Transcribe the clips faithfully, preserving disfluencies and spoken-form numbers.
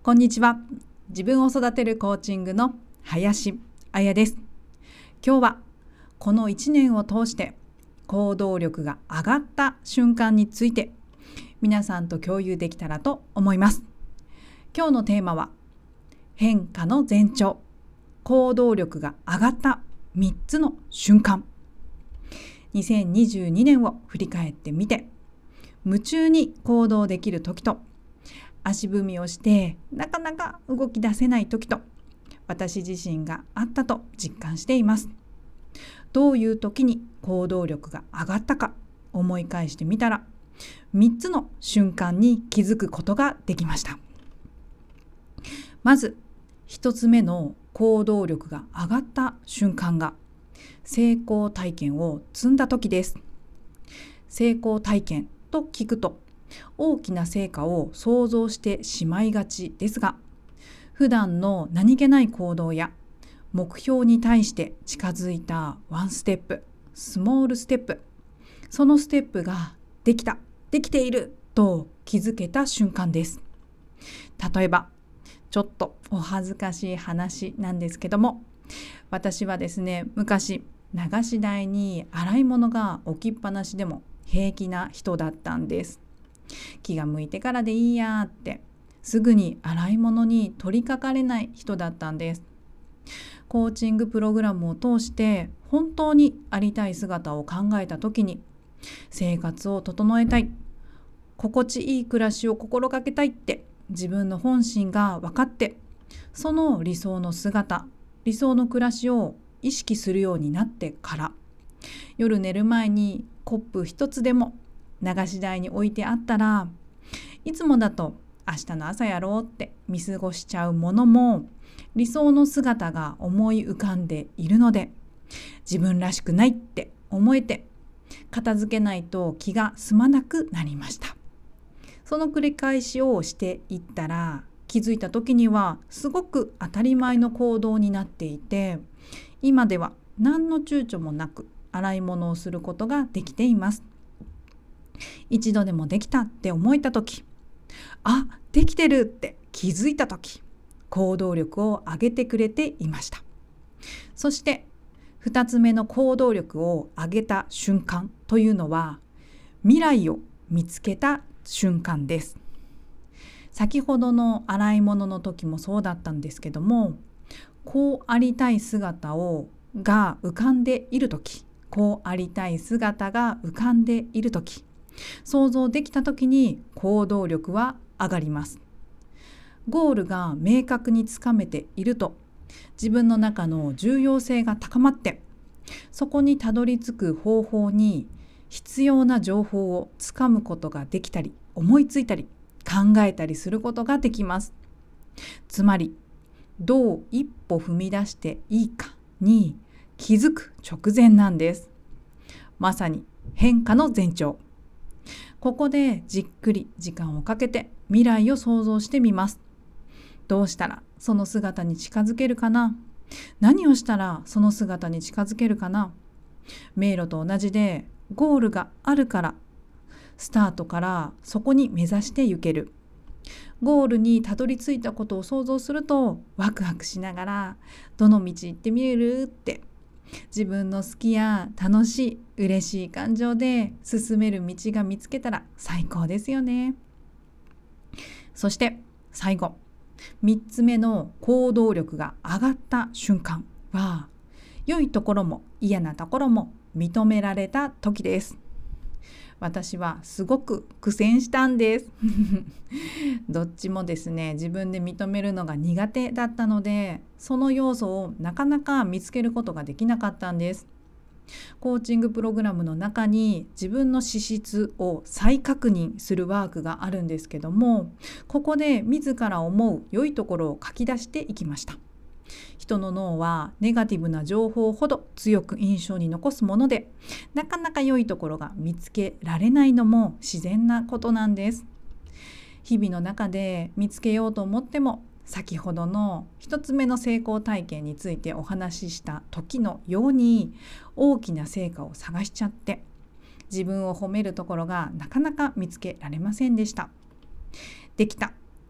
こんにちは。自分を育てるコーチングの林彩です。今日はこのいちねんを通して行動力が上がった瞬間について皆さんと共有できたらと思います。今日のテーマは変化の前兆、行動力が上がったみっつの瞬間。にせんにじゅうにねんを振り返ってみて、夢中に行動できる時と足踏みをしてなかなか動き出せない時と私自身があったと実感しています。どういう時に行動力が上がったか思い返してみたらみっつの瞬間に気づくことができました。まずひとつめの行動力が上がった瞬間が成功体験を積んだ時です。成功体験と聞くと大きな成果を想像してしまいがちですが、普段の何気ない行動や目標に対して近づいたワンステップ、スモールステップ、そのステップができた、できていると気づけた瞬間です。例えば、ちょっとお恥ずかしい話なんですけども、私はですね、昔流し台に洗い物が置きっぱなしでも平気な人だったんです。気が向いてからでいいやってすぐに洗い物に取り掛かれない人だったんです。コーチングプログラムを通して本当にありたい姿を考えた時に、生活を整えたい、心地いい暮らしを心がけたいって自分の本心が分かって、その理想の姿、理想の暮らしを意識するようになってから、夜寝る前にコップ一つでも流し台に置いてあったら、いつもだと明日の朝やろうって見過ごしちゃうものも理想の姿が思い浮かんでいるので、自分らしくないって思えて片付けないと気が済まなくなりました。その繰り返しをしていったら、気づいた時にはすごく当たり前の行動になっていて、今では何の躊躇もなく洗い物をすることができています。一度でもできたって思えた時、あ、できてるって気づいた時、行動力を上げてくれていました。そして二つ目の行動力を上げた瞬間というのは、未来を見つけた瞬間です。先ほどの洗い物の時もそうだったんですけども、こうありたい姿をが浮かんでいる時、こうありたい姿が浮かんでいる時、想像できた時に行動力は上がります。ゴールが明確につかめていると、自分の中の重要性が高まって、そこにたどり着く方法に必要な情報をつかむことができたり、思いついたり、考えたりすることができます。つまり、どう一歩踏み出していいかに気づく直前なんです。まさに変化の前兆。ここでじっくり時間をかけて未来を想像してみます。どうしたらその姿に近づけるかな？何をしたらその姿に近づけるかな？迷路と同じで、ゴールがあるからスタートからそこに目指して行ける。ゴールにたどり着いたことを想像するとワクワクしながら、どの道行ってみれるって自分の好きや楽しい、嬉しい感情で進める道が見つけたら最高ですよね。そして最後、みっつめの行動力が上がった瞬間は、良いところも嫌なところも認められた時です。私はすごく苦戦したんですどっちもですね、自分で認めるのが苦手だったので、その要素をなかなか見つけることができなかったんです。コーチングプログラムの中に自分の資質を再確認するワークがあるんですけども、ここで自ら思う良いところを書き出していきました。人の脳はネガティブな情報ほど強く印象に残すもので、なかなか良いところが見つけられないのも自然なことなんです。日々の中で見つけようと思っても、先ほどの一つ目の成功体験についてお話しした時のように、大きな成果を探しちゃって自分を褒めるところがなかなか見つけられませんでした。できた、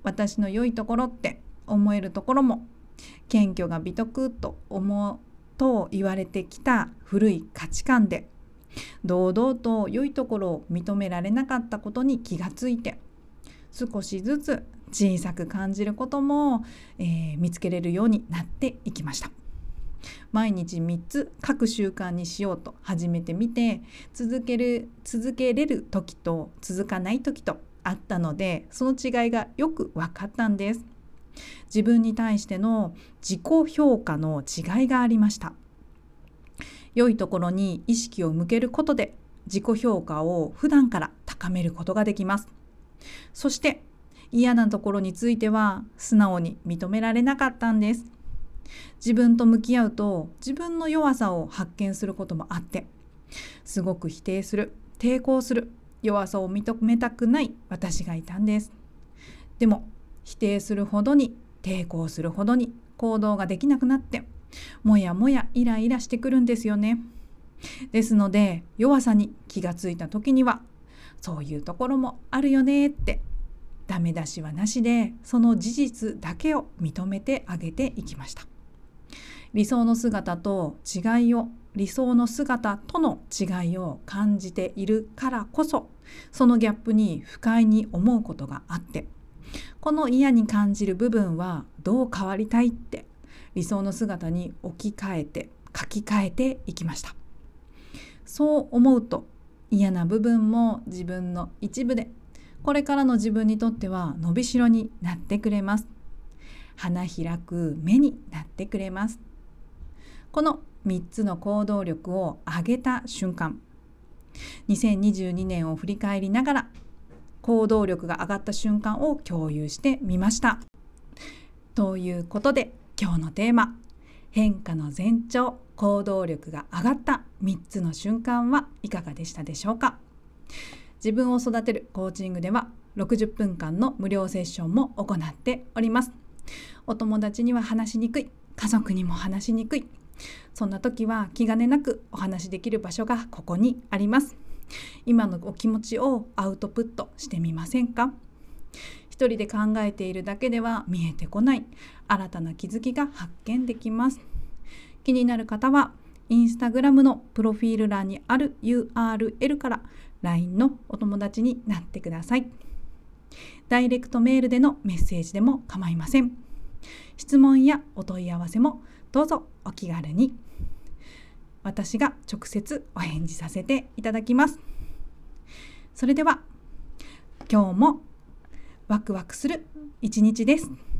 私の良いところって思えるところも、謙虚が美徳と思うと言われてきた古い価値観で、堂々と良いところを認められなかったことに気がついて、少しずつ小さく感じることも、えー、見つけれるようになっていきました。毎日みっつ各習慣にしようと始めてみて、続ける続けれる時と続かない時とあったので、その違いがよく分かったんです。自分に対しての自己評価の違いがありました。良いところに意識を向けることで、自己評価を普段から高めることができます。そして嫌なところについては素直に認められなかったんです。自分と向き合うと自分の弱さを発見することもあって、すごく否定する、抵抗する、弱さを認めたくない私がいたんです。でも否定するほどに、抵抗するほどに行動ができなくなって、もやもやイライラしてくるんですよね。ですので、弱さに気がついた時には、そういうところもあるよねってダメ出しはなしで、その事実だけを認めてあげていきました。理想の姿と違いを理想の姿との違いを感じているからこそ、そのギャップに不快に思うことがあって、この嫌に感じる部分はどう変わりたいって理想の姿に置き換えて書き換えていきました。そう思うと、嫌な部分も自分の一部で、これからの自分にとっては伸びしろになってくれます。花開く目になってくれます。このみっつの行動力を上げた瞬間、にせんにじゅうにねんを振り返りながら行動力が上がった瞬間を共有してみました。ということで、今日のテーマ、変化の前兆、行動力が上がったみっつの瞬間はいかがでしたでしょうか。自分を育てるコーチングではろくじゅっぷんかんの無料セッションも行っております。お友達には話しにくい、家族にも話しにくい、そんな時は気兼ねなくお話しできる場所がここにあります。今のお気持ちをアウトプットしてみませんか。一人で考えているだけでは見えてこない新たな気づきが発見できます。気になる方はインスタグラムのプロフィール欄にある ユーアールエル から ライン のお友達になってください。ダイレクトメールでのメッセージでも構いません。質問やお問い合わせもどうぞお気軽に。私が直接お返事させていただきます。それでは今日もワクワクする一日です。